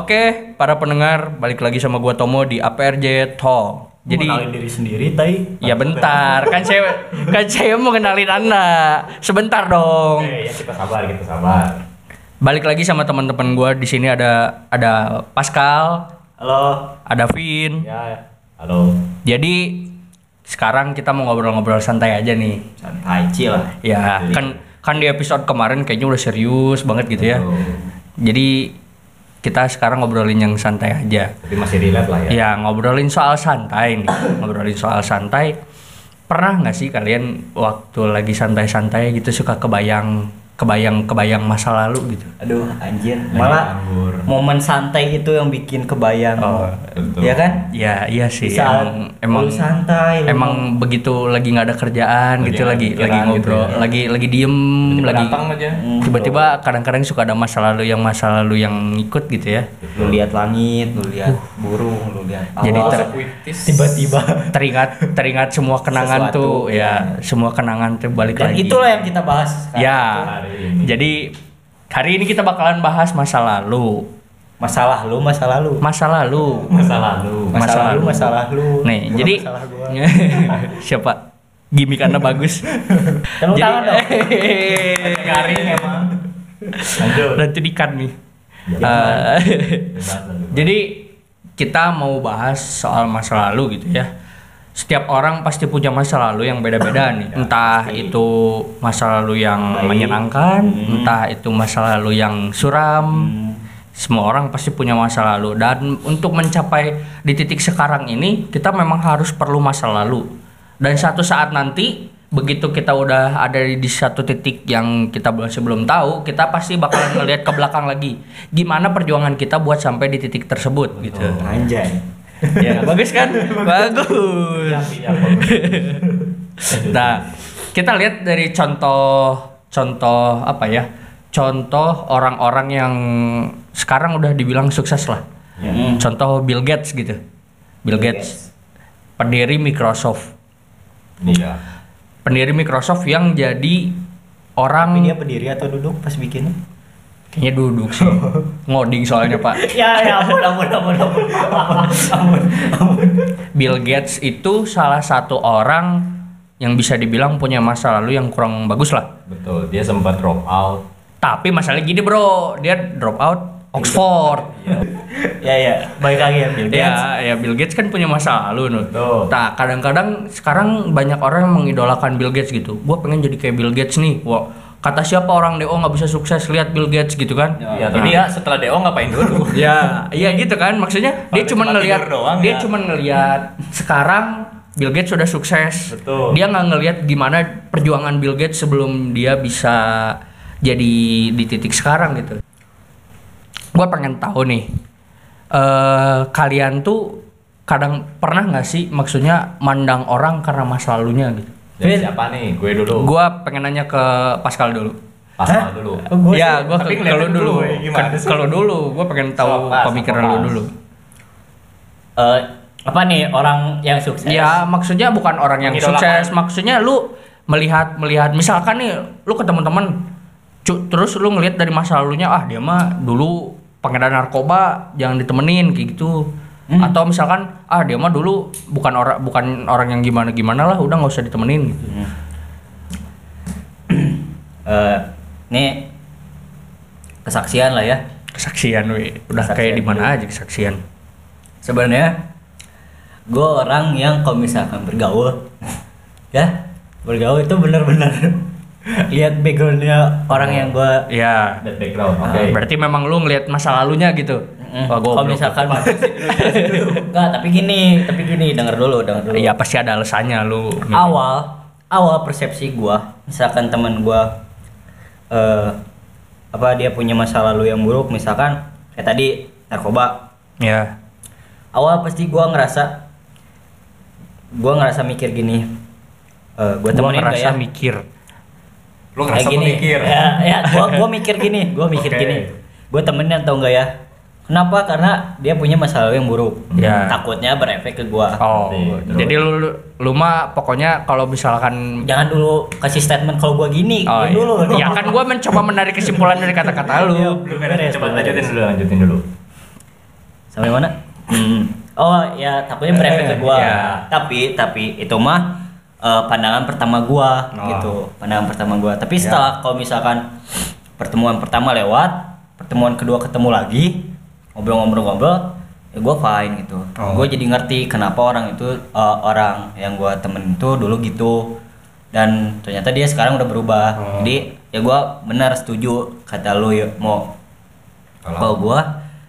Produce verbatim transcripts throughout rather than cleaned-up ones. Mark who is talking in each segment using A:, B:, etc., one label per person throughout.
A: Oke, para pendengar, balik lagi sama gua Tomo di A P R J Talk. Jadi
B: mengenalin diri sendiri, Tai.
A: Ya bentar, kan saya kan saya mau kenalin Anda. Sebentar dong.
B: Oke, ya kita sabar, kita sabar.
A: Balik lagi sama teman-teman gua di sini ada ada Pascal,
B: Halo.
A: ada Vin.
B: Ya, halo.
A: Jadi sekarang kita mau ngobrol-ngobrol santai aja nih.
B: Santai, chill lah.
A: Ya, kan kan di episode kemarin kayaknya udah serius banget gitu ya.
B: Betul.
A: Jadi kita sekarang ngobrolin yang santai aja.
B: Tapi masih relate lah ya.
A: Ya, ngobrolin soal santai nih. Ngobrolin soal santai. Pernah nggak sih kalian waktu lagi santai-santai gitu suka kebayang kebayang kebayang masa lalu gitu?
C: Aduh anjir,
B: Lagi
C: malah
B: nganggur.
C: momen santai itu yang bikin kebayang.
A: Oh,
B: betul.
C: Iya kan?
A: Ya, iya sih.
C: Saat
A: Emang emang
C: lu santai, lu
A: emang begitu lagi nggak ada kerjaan
B: Lagi
A: gitu,
B: ada
A: lagi
B: pikiran
A: lagi
B: gitu
A: ngobrol,
B: ya.
A: lagi lagi diem,
B: Tiba-tiba
A: lagi
B: datang aja.
C: Hmm,
A: tiba-tiba kadang-kadang suka ada masa lalu yang masa lalu yang ngikut gitu ya.
C: lu lihat langit, lu lihat burung, lu lihat awan.
A: Jadi ter-
C: tiba-tiba
A: teringat teringat semua kenangan
C: Sesuatu,
A: tuh ya, semua kenangan tuh balik
C: dan
A: lagi.
C: itulah yang kita bahas sekarang.
A: Ya,
B: hari ini.
A: jadi hari ini kita bakalan bahas masa lalu.
C: Masalah lu, masa lalu.
A: Masa lalu.
B: Masa lalu.
A: Masa
C: Masalah lu,
A: lalu.
C: masalah lu.
A: Nih,
C: Bukan
A: jadi
C: masalah gua.
A: siapa? Gimik Anda bagus.
C: Tepuk tangan dong.
B: Garing emang. Lanjut.
A: Nanti dikat nih.
B: Ya,
A: Eh,
B: Bebas lah, bebas.
A: jadi kita mau bahas soal masa lalu gitu ya. Setiap orang pasti punya masa lalu yang beda-beda nih. Entah itu masa lalu yang
C: Baik.
A: menyenangkan, entah itu masa lalu yang suram. Semua orang pasti punya masa lalu, dan untuk mencapai di titik sekarang ini kita memang harus perlu masa lalu. Dan satu saat nanti begitu kita udah ada di satu titik yang kita masih belum tahu, kita pasti bakalan ngelihat ke belakang lagi gimana perjuangan kita buat sampai di titik tersebut gitu.
C: Anjay.
A: Ya, bagus kan? Bagus.
B: Iya, bagus.
A: Nah, kita lihat dari contoh contoh apa ya? Contoh orang-orang yang sekarang udah dibilang sukses lah.
C: Hmm.
A: Contoh Bill Gates gitu. Bill
C: Bill
A: Gates, pendiri Microsoft.
B: Iya.
A: Pendiri Microsoft yang jadi
C: Tapi
A: orang
C: dia berdiri atau duduk pas bikin?
A: kayaknya duduk sih. Ngoding soalnya, Pak.
C: ya, ya ampun, ampun, ampun, ampun, ampun, ampun.
A: Bill Gates itu salah satu orang yang bisa dibilang punya masa lalu yang kurang bagus lah.
B: Betul, dia sempat drop out.
A: Tapi masalahnya gini bro, dia drop out Oxford.
C: ya, ya, baik lagi ya Bill Gates.
A: Ya, ya Bill Gates kan punya masa lalu nuh.
B: Betul.
A: Nah, kadang-kadang sekarang banyak orang yang mengidolakan Bill Gates gitu. Gua pengen jadi kayak Bill Gates nih. Wah, kata siapa orang D O nggak bisa sukses, lihat Bill Gates gitu kan?
B: Iya, tapi dia setelah D O ngapain dulu?
A: Ya, iya gitu kan. Maksudnya dia
B: Kalau
A: cuma
B: cuma
A: ngelihat,
B: tidur doang,
A: dia
B: ya.
A: cuma ngelihat sekarang Bill Gates sudah sukses.
B: Betul.
A: Dia nggak ngelihat gimana perjuangan Bill Gates sebelum dia bisa jadi di titik sekarang gitu. Gua pengen tahu nih, eh kalian tuh kadang pernah nggak sih maksudnya mandang orang karena masa lalunya gitu?
B: Dari siapa nih? Gue dulu.
A: Gua pengen nanya ke Pascal dulu.
B: Pasal dulu.
C: Oh, gua
A: Ya,
C: sih-
A: gua
B: tapi
A: ke
B: ngeliatin
A: kalau dulu.
B: dulu, ya, gimana
A: Ke-
B: sih?
A: Kalau dulu, gua pengen tahu
B: Sopas,
A: pemikiran lu
B: sopas.
A: dulu.
C: Eh, apa nih orang yang sukses?
A: Ya, maksudnya bukan orang yang
B: Mengidolakan.
A: sukses, maksudnya lu melihat melihat misalkan nih lu ketemu temen cu- terus lu ngelihat dari masa lalunya, ah dia mah dulu pengedar narkoba, jangan ditemenin kayak gitu.
C: Hmm.
A: Atau misalkan ah dia mah dulu bukan orang bukan orang yang gimana-gimana lah, udah nggak usah ditemenin gitu.
C: Eh, nih kesaksian lah ya.
A: Kesaksian we, udah
C: Kesaksian
A: kayak di mana
C: dulu.
A: aja kesaksian.
C: Sebenarnya gue orang yang kalau misalkan bergaul, ya bergaul itu benar-benar lihat backgroundnya orang yang gue.
A: Ya.
B: That background. Oke.
A: Ah, berarti memang lu ngelihat masa lalunya gitu. Wah,
C: Kalau
A: goblok.
C: misalkan enggak, tapi gini, tapi gini, denger dulu, denger dulu.
A: Iya pasti ada alasannya lu.
C: Awal, awal persepsi gua, misalkan teman gua eh apa dia punya masa lalu yang buruk, misalkan kayak tadi narkoba.
A: Ya.
C: Awal pasti gua ngerasa gua ngerasa mikir gini. Eh gua
A: Gua
C: temenin gak
A: ngerasa
C: ya?
A: mikir.
B: Lu
C: Kayak
B: ngerasa
C: gini.
B: mikir.
C: Ya, ya, gua gua mikir gini, gua mikir
B: Oke.
C: gini. Gua temenin atau enggak ya? Kenapa? Karena dia punya masa lalu yang buruk.
A: Ya.
C: Takutnya berefek ke gua.
A: Oh,
B: Terus.
A: jadi lu lu, lu mah pokoknya kalau misalkan
C: Jangan dulu kasih statement kalau gua gini,
A: oh,
C: gini dulu.
A: iya. Ya kan gua mencoba menarik kesimpulan dari kata-kata
C: Iya,
A: lu.
B: Belum beres. Coba lanjutin dulu, lanjutin dulu.
C: Sampai mana? Hmm. Oh ya takutnya berefek ke gua.
A: Iya.
C: Tapi tapi itu mah eh, pandangan pertama gua
A: Oh.
C: gitu. Pandangan pertama gua. Tapi setelah kalau misalkan pertemuan pertama lewat, pertemuan kedua ketemu lagi, ngobrol-ngobrol-ngobrol, ya gua fine gitu.
A: Oh.
C: Gua jadi ngerti kenapa orang itu eh, orang yang gua temen itu dulu gitu. Dan ternyata dia sekarang udah berubah.
A: Oh.
C: Jadi ya gua benar setuju kata lu ya mau
B: Kalau-
C: kalau gua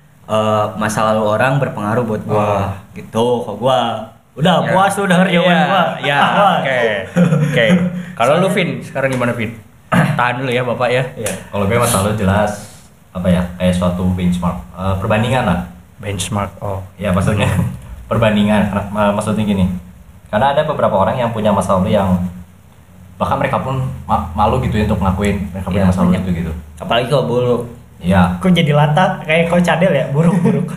C: eh, masa lalu orang berpengaruh buat gua gitu. Kalau gua udah
A: Ya.
C: puas tuh denger jawaban
A: Iya,
C: gua.
A: ya
C: Puas.
A: oke oke kalau lu Vin sekarang gimana Vin? Tahan dulu ya bapak ya.
C: Iya.
B: Kalau gue masalah jelas apa ya kayak suatu benchmark eh, perbandingan lah.
A: Benchmark. Oh
B: Ya maksudnya perbandingan. Karena- maksudnya gini. Karena ada beberapa orang yang punya masa lalu yang bahkan mereka pun ma- malu gitu ya untuk ngakuin mereka punya
C: Iya,
B: masa lalu
C: banyak.
B: itu gitu.
C: Apalagi kalau buruk.
B: Iya.
C: Kok jadi lata kayak kau cadel ya, buruk-buruk.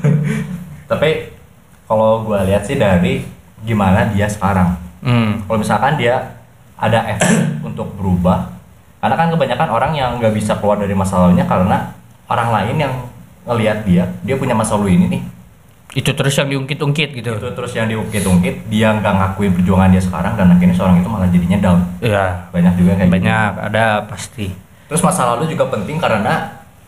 B: Tapi kalau gue lihat sih dari gimana dia sekarang.
A: hmm.
B: Kalau misalkan dia ada efek untuk berubah, karena kan kebanyakan orang yang nggak bisa keluar dari masa lalunya karena orang lain yang ngelihat dia, dia punya masa lalu ini nih,
A: Itu terus yang diungkit-ungkit gitu.
B: itu terus yang diungkit-ungkit, dia nggak ngakuin perjuangan dia sekarang dan akhirnya seorang itu malah jadinya down.
A: Iya.
B: Banyak juga kayak gitu.
A: Banyak ada pasti.
B: Terus masa lalu juga penting karena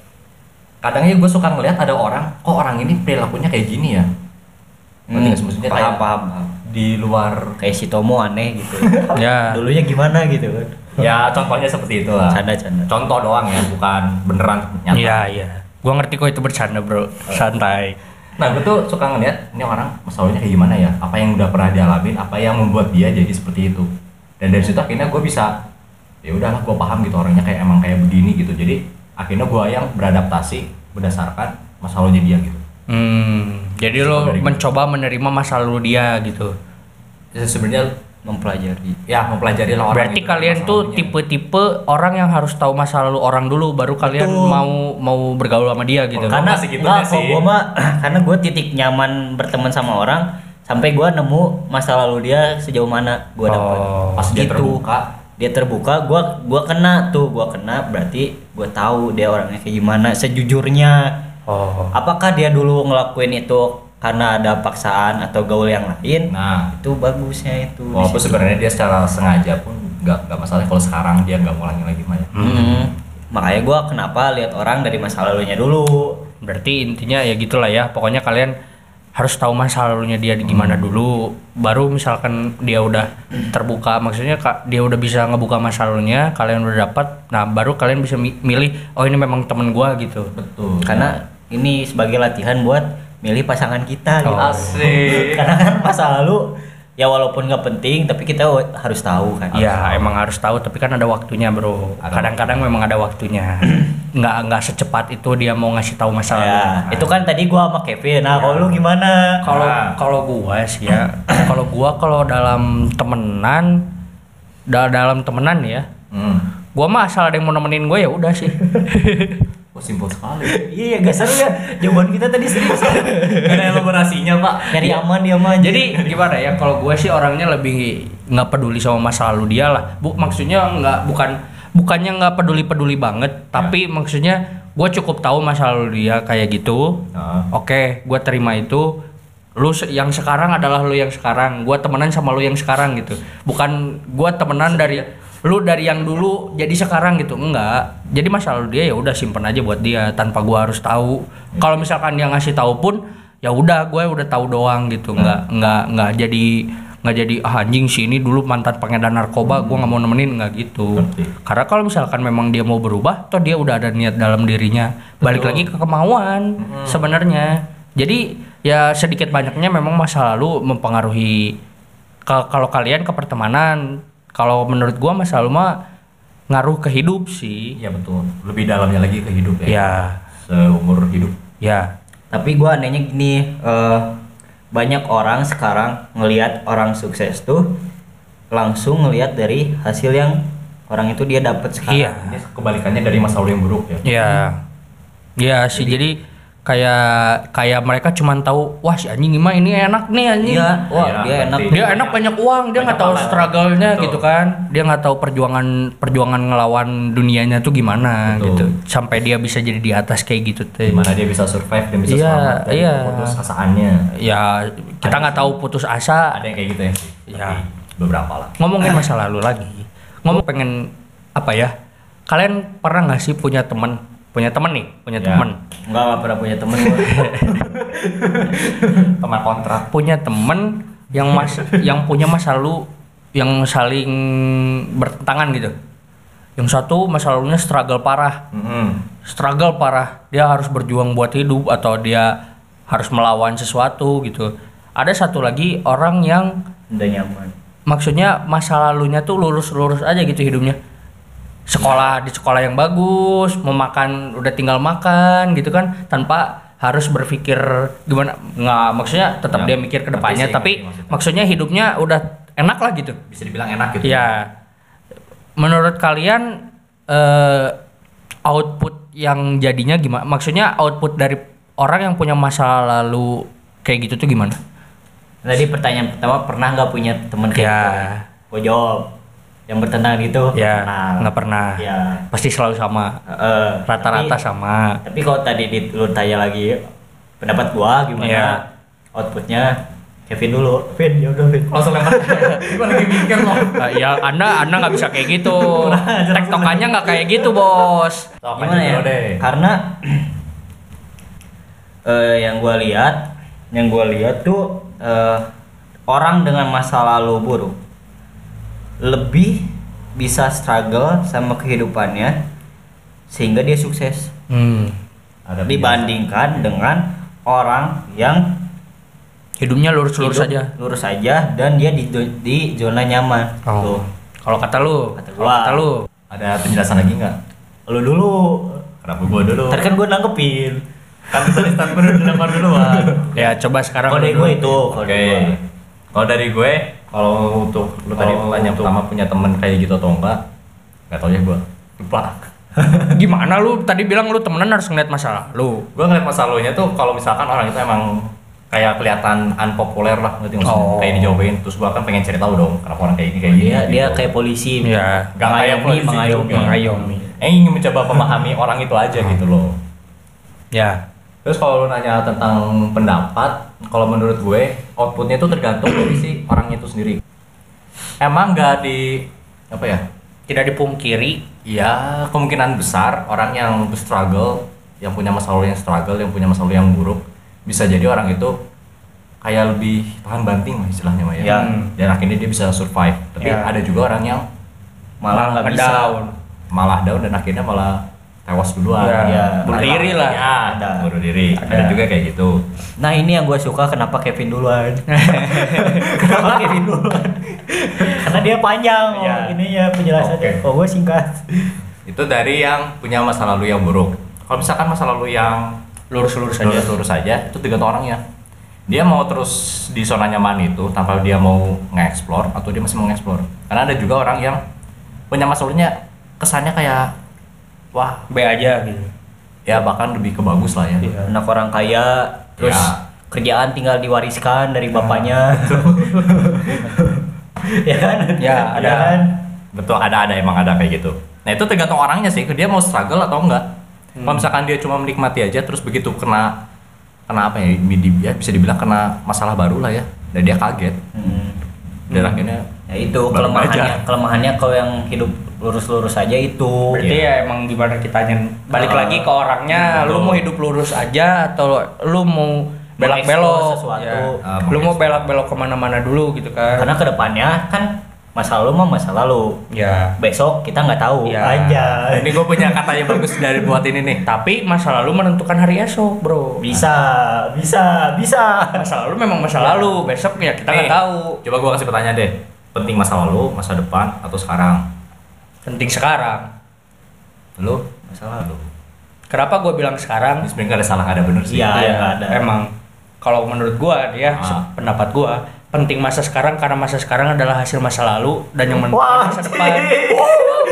B: kadangnya gue suka ngelihat ada orang, kok orang ini perilakunya kayak gini ya. Ngerti nggak sih? Maksudnya
C: paham,
B: kayak
C: paham, paham.
B: di luar,
C: Kayak si Tomo aneh gitu.
A: Ya.
C: Dulunya gimana gitu kan.
B: ya contohnya seperti itulah.
C: Canda-canda.
B: Contoh doang ya, bukan beneran nyata.
A: Iya iya. Gua ngerti kok itu bercanda bro. Santai.
B: Nah, gue tuh suka ngeliat ini orang masalahnya kayak gimana ya, apa yang udah pernah dialamin, apa yang membuat dia jadi seperti itu. Dan dari situ akhirnya gue bisa, ya udahlah gue paham gitu orangnya kayak emang kayak begini gitu. Jadi akhirnya gue yang beradaptasi berdasarkan masalahnya dia gitu.
A: Hmm. Jadi lo
B: Dari-
A: mencoba menerima masa lalu dia gitu.
B: Jadi sebenarnya
C: Mempelajari.
B: ya mempelajari lah orang.
A: Berarti
B: itu,
A: kalian tuh
B: masalahnya.
A: tipe-tipe orang yang harus tahu masa lalu orang dulu baru kalian
C: Betul.
A: mau mau bergaul sama dia gitu.
B: Kalau
C: Karena
B: masih gitu
C: enggak,
B: sih.
C: kalau gua mah karena gua titik nyaman berteman sama orang sampai gua nemu masa lalu dia sejauh mana gua dapat.
A: Oh,
B: pas dia terbuka,
C: Dia terbuka, gua gua kena tuh, gua kena berarti gua tahu dia orangnya kayak gimana sejujurnya.
A: Oh.
C: Apakah dia dulu ngelakuin itu karena ada paksaan atau gaul yang lain?
B: nah
C: Itu bagusnya itu. di
B: walaupun
C: situ.
B: sebenarnya dia secara sengaja pun nggak nggak masalah kalau sekarang dia nggak ngulangi lagi mah ya.
C: Hmm. Makanya gua kenapa lihat orang dari masa lalunya dulu.
A: Berarti intinya ya gitulah ya. Pokoknya kalian harus tahu masa lalunya dia di gimana dulu. Baru misalkan dia udah terbuka, maksudnya Kak, dia udah bisa ngebuka masa lalunya, kalian udah dapat. Nah, baru kalian bisa mi- milih oh ini memang temen gua gitu.
B: Betul.
C: Karena ini sebagai latihan buat milih pasangan kita gitu.
A: Oh.
B: Asik.
C: Karena kan masa lalu ya walaupun nggak penting tapi kita harus tahu kan.
A: Ya emang harus tahu, tapi kan ada waktunya bro.
B: Ada
A: Kadang-kadang memang ada waktunya. nggak nggak secepat itu dia mau ngasih tahu masa lalu.
C: Ya, itu kan tadi gua sama Kevin. Nah, kalau lu gimana?
A: Kalau
B: Nah.
A: kalau gua sih ya, kalau gua kalau dalam temenan, da- dalam temenan ya,
B: Hmm.
A: gua mah asal ada yang mau nemenin gue ya udah sih.
B: Oh, simpel sekali.
C: Iya, gak seru ya. Jawaban kita tadi serius.
B: Gak ada elaborasinya, Pak.
C: Nyari aman dia mah.
A: Jadi gimana ya? Kalau gue sih orangnya lebih nggak peduli sama masa lalu dia lah. Bu, maksudnya nggak bukan bukannya nggak peduli-peduli banget, tapi maksudnya gue cukup tahu masa lalu dia kayak gitu.
B: Nah,
A: Oke, gue terima itu. Lu se- yang sekarang adalah lu yang sekarang. Gue temenan sama lu yang sekarang gitu. Bukan gue temenan dari lu dari yang dulu jadi sekarang gitu. Enggak. Jadi masa lalu dia ya udah simpen aja buat dia tanpa gue harus tahu. Kalau misalkan dia ngasih tahu pun ya udah gue udah tahu doang gitu. Enggak enggak enggak jadi nggak jadi ah, anjing sih ini dulu mantan pengedar narkoba, gue nggak mau nemenin, nggak gitu.
B: Ngerti.
A: Karena kalau misalkan memang dia mau berubah, toh dia udah ada niat dalam dirinya. Balik
B: Betul.
A: lagi ke kemauan sebenarnya. Jadi ya sedikit banyaknya memang masa lalu mempengaruhi ke- kalau kalian ke pertemanan. Kalau menurut gua masa lalu mah ngaruh ke hidup sih.
B: iya betul. Lebih dalamnya lagi ke hidup ya.
A: Ya,
B: Seumur hidup.
A: ya.
C: Tapi gua anehnya gini, eh, banyak orang sekarang ngelihat orang sukses tuh langsung ngelihat dari hasil yang orang itu dia dapat sekarang.
A: Iya.
B: Ini kebalikannya dari masa lalu yang buruk ya.
A: Ya. Ya sih, jadi kayak kayak mereka cuman tahu wah si anjing mah ini enak nih anjing.
C: Iya, wah
B: Iya,
C: dia enak.
B: berarti.
A: Dia enak banyak uang, dia nggak
B: Banyak
A: tahu
B: banget.
A: struggle-nya
B: Betul.
A: gitu kan. Dia nggak tahu perjuangan perjuangan ngelawan dunianya tuh gimana
B: Betul.
A: gitu. Sampai dia bisa jadi di atas kayak gitu teh.
B: Gimana dia bisa survive dan bisa
A: Iya,
B: selamat dari
A: iya.
B: putus asaannya.
A: Ya kita nggak tahu putus asa.
B: Ada yang kayak gitu ya sih.
A: Iya.
B: Tapi beberapa lah.
A: Ngomongin masa lalu lagi. Ngomong pengen apa ya? Kalian pernah nggak sih punya teman? Punya teman nih, punya
B: Ya.
A: teman.
C: Enggak enggak pernah punya temen gua.
B: Teman kontrak.
A: Punya temen yang mas yang punya masa lalu yang saling bertentangan gitu. Yang satu masa lalunya struggle parah,
B: Mm-mm.
A: struggle parah. Dia harus berjuang buat hidup atau dia harus melawan sesuatu gitu. Ada satu lagi orang yang
C: Udah nyaman.
A: maksudnya masa lalunya tuh lurus-lurus aja gitu hidupnya. Sekolah di sekolah yang bagus, mau makan udah tinggal makan gitu kan, tanpa harus berpikir gimana, nggak maksudnya tetap
B: Ya,
A: dia mikir ke
B: ngerti
A: depannya,
B: sih,
A: tapi
B: ngerti maksudnya.
A: maksudnya hidupnya udah enak lah gitu.
B: Bisa dibilang enak gitu.
A: Ya, menurut kalian eh, output yang jadinya gimana? Maksudnya output dari orang yang punya masa lalu kayak gitu tuh gimana?
C: Tadi pertanyaan pertama, pernah nggak punya temen kayak
A: Ya.
C: gitu? Gue jawab. Yang bertentangan itu
A: Ya,
C: pernah.
A: nggak pernah.
C: Ya.
A: Pasti selalu sama.
C: Eh,
A: Rata-rata
C: tapi-
A: sama.
C: Tapi kalau tadi di, lu tanya lagi pendapat gua gimana
A: Iya.
C: outputnya, Kevin dulu. Kevin, ya udah Kevin.
B: Langsung lempar. Gua lagi mikir loh.
A: Uh, ya anda anda nggak bisa kayak gitu. Tektokannya nggak kayak gitu bos.
C: Gimana ya?
B: Deh.
C: Karena eh, yang gua lihat, yang gua lihat tuh eh, orang dengan masa lalu buruk lebih bisa struggle sama kehidupannya sehingga dia sukses
A: Hmm.
B: Ada
C: dibandingkan dengan orang yang
A: Hidupnya lurus-lurus
C: hidup
A: aja.
C: lurus aja dan dia di di zona nyaman.
A: Oh.
C: Tuh.
A: Kalau kata lu,
C: Kata
A: kalau
C: gua.
A: kata lu.
B: Ada penjelasan lagi nggak?
C: Lu dulu.
B: Kenapa gua dulu?
C: Tadi kan gua nanggepin.
B: Kan tadi statement udah dilempar duluan.
A: Ya coba sekarang.
C: Kalau dari
A: lu
C: gue
A: dulu.
C: itu, kalau
B: Oke.
C: dari gua.
B: Kalau dari gue, kalau untuk lu tadi
C: Kalau
B: tanya
C: untuk-
B: pertama punya temen kayak gitu atau enggak? Gak tau ya gue. Lupa.
A: Gimana lu tadi bilang lu temenan harus ngeliat masalah lu.
B: Gue ngeliat masa lalunya tuh kalau misalkan orang itu emang kayak kelihatan unpopuler lah, ngerti maksudnya?
A: Oh.
B: Kayak dijauhin, terus gue kan pengen cari tahu dong kenapa orang kayak gini kayak gini.
C: Dia dia
B: gitu.
C: kayak polisi.
A: Iya.
B: Gak kayak
C: mengayomi,
B: polisi
C: mengayomi,
B: juga.
A: mengayomi.
B: Eh ingin mencoba memahami orang itu aja gitu loh.
A: Ya.
B: Terus kalau lu nanya tentang pendapat, kalau menurut gue outputnya itu tergantung dari si orang itu sendiri. Emang nggak di apa ya?
A: Tidak dipungkiri.
B: Ya kemungkinan besar orang yang struggle, yang punya masa lalu yang struggle, yang punya masa lalu yang buruk, bisa jadi orang itu kayak lebih tahan banting lah istilahnya mah ya.
C: Ya.
B: Dan akhirnya dia bisa survive. Tapi
A: Ya.
B: ada juga orang yang
C: Malah nggak bisa.
A: ngedown.
B: malah down dan akhirnya malah tewas duluan.
A: Ya,
C: Ya.
A: bunuh diri lah.
B: Ya,
C: Ada.
B: bunuh diri. Ada.
C: Ada.
B: juga kayak gitu.
C: Nah ini yang gue suka, kenapa Kevin duluan? Kenapa Kevin duluan? Karena dia panjang, oh,
B: Iya.
C: ini ya penjelasannya.
B: Oke.
C: Oh gue singkat.
B: Itu dari yang punya masa lalu yang buruk. Kalau misalkan masa lalu yang
A: Lurus-lurus aja.
B: lurus-lurus saja, itu tergantung orangnya. Dia mau terus di zona nyaman itu tanpa dia mau nge-explore atau dia masih mau nge-explore. Karena ada juga orang yang punya masa lalunya kesannya kayak wah,
A: B aja gitu.
B: ya bahkan lebih ke bagus lah ya.
A: Iya.
C: Anak orang kaya, terus
B: Ya.
C: kerjaan tinggal diwariskan dari bapaknya. Ya kan?
A: Ya, ada.
C: kan?
B: Betul, ada ada emang ada kayak gitu. Nah, itu tergantung orangnya sih, dia mau struggle atau enggak.
A: Hmm.
B: Kalau misalkan dia cuma menikmati aja terus begitu kena kena apa ya, di- ya bisa dibilang kena masalah baru lah ya. Dan dia kaget.
C: Hmm.
B: Dan
A: Hmm.
B: akhirnya
C: Ya itu
B: Baru
C: kelemahannya,
B: aja.
C: kelemahannya kalau yang hidup lurus-lurus aja itu.
A: Berarti
B: Iya.
A: ya emang gimana kitanya balik
C: Ah.
A: lagi ke orangnya,
B: Betul.
A: lu mau hidup lurus aja atau lu mau belak-belok
C: Mengeksplor sesuatu.
A: ya.
B: Ah,
A: Lu mau
B: mengeksplor.
A: belak-belok kemana-mana dulu gitu kan.
C: Karena kedepannya kan masa lalu mah masa lalu.
A: Ya.
C: Besok kita nggak tahu
A: Ya.
C: aja.
B: ini gue punya katanya bagus dari buat ini nih.
A: Tapi masa lalu menentukan hari esok, bro.
C: Bisa, bisa, bisa.
A: Masa lalu memang masa lalu, besok ya kita nggak
B: Nih,
A: tahu.
B: Coba gue kasih pertanyaan deh. Penting masa lalu, masa depan, atau sekarang?
A: Penting sekarang.
B: Lu?
C: Masa lalu.
A: Kenapa gue bilang sekarang?
B: Ini sebenarnya gak ada salah, gak ada bener sih.
C: Iya.
A: Ya,
C: nggak ada.
A: emang kalau menurut gua dia
B: Ah.
A: pendapat gua penting masa sekarang karena masa sekarang adalah hasil masa lalu dan yang menentukan
C: Wah,
A: masa depan.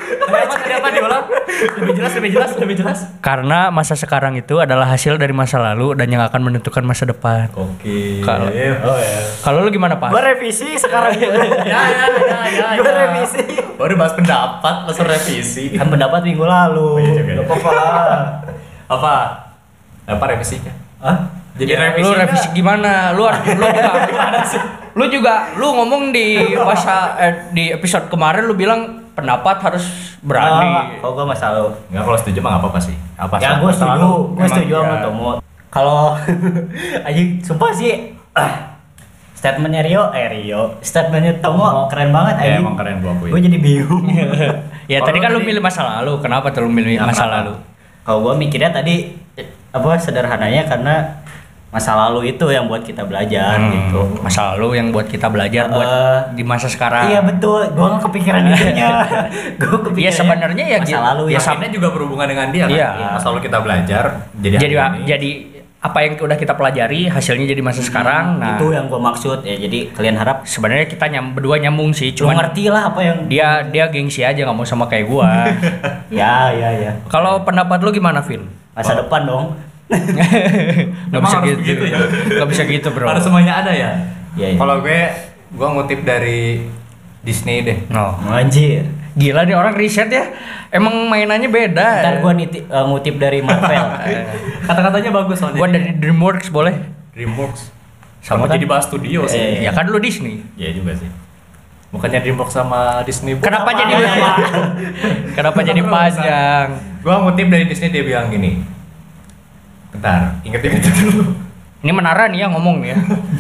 B: Apa tadi apa diulang? Lebih jelas, lebih jelas, lebih jelas.
A: Karena masa sekarang itu adalah hasil dari masa lalu dan yang akan menentukan masa depan.
B: Oke.
A: Kalau
B: oh ya.
A: kalau lu gimana, Pak?
C: Gua revisi sekarang.
B: Ya ya ya ya.
C: Gua revisi.
B: Baru bahas pendapat, langsung revisi.
C: Kan pendapat minggu lalu.
B: Oh, iya juga ya.
C: Apa apa?
B: Apa? Apa revisinya?
C: Hah?
B: Jadi
A: Ya,
B: revisi
A: lu revisi gimana? Lu lu juga lu juga lu ngomong di masa eh, di episode kemarin lu bilang pendapat harus berani.
C: Oh, gua masa lalu.
B: Enggak, kalau setuju mah enggak apa-apa sih. Apa
C: Ya gue
B: masa
C: setuju,
B: lalu
C: gue
B: memang
C: setuju sama
B: ya.
C: Tomo. Kalau anjing sumpah sih ah, statementnya Rio, eh Rio, statementnya Tomo keren banget
B: Ya,
C: anjing.
B: emang keren gua akuin.
C: Gue jadi bingung.
A: Ya tadi kan lu milih masa lalu. Kenapa tuh lu milih
C: Ya,
A: masa
C: kenapa?
A: lalu?
C: Kalau gue mikirnya tadi eh, apa sederhananya karena masa lalu itu yang buat kita belajar
A: Hmm,
C: gitu.
A: Masa lalu yang buat kita belajar buat
C: Eh,
A: di masa sekarang.
C: Iya betul, gue nggak kepikiran itunya. Gue kepikiran.
A: Ya sebenarnya ya
C: masa
A: gitu.
C: lalu
A: Ya
C: ya.
A: sama-
B: Akhirnya juga berhubungan dengan dia kan.
A: Iya.
B: Masa lalu kita belajar jadi
A: jadi
B: hari ini.
A: jadi apa yang udah kita pelajari hasilnya jadi masa sekarang. Nah,
C: Itu yang gue maksud ya. Jadi kalian harap
A: sebenarnya kita nyam, berdua nyambung sih,
C: cuma
A: cuman
C: ngerti lah apa yang
A: dia dia gengsi aja nggak mau sama kayak gua.
C: ya ya ya.
A: Kalau pendapat lu gimana, Vin?
C: Masa depan dong.
A: Nggak
B: Emang
A: bisa
B: harus
A: gitu,
B: begitu ya?
A: Nggak bisa gitu, bro.
B: Harus semuanya ada ya.
C: Iya, iya.
B: Kalau gue gue ngutip dari Disney deh.
A: No.
C: Anjir.
A: Gila nih orang riset ya. Emang mainannya beda.
C: Ntar gue nitip, eh, ngutip dari Marvel.
B: Kata-katanya bagus soalnya.
A: Gua dari DreamWorks boleh.
B: DreamWorks.
A: Sama
B: Sama
A: kan?
B: jadi bahas studio sih.
C: Eh,
A: Ya kan lu Disney.
B: Iya juga sih. Bukannya DreamWorks sama Disney.
A: Kenapa
C: Apa?
A: jadi Kenapa jadi panjang?
B: Gue ngutip dari Disney, dia bilang gini. Bentar, inget-inget dulu.
A: Ini menara nih ya ngomong nih ya.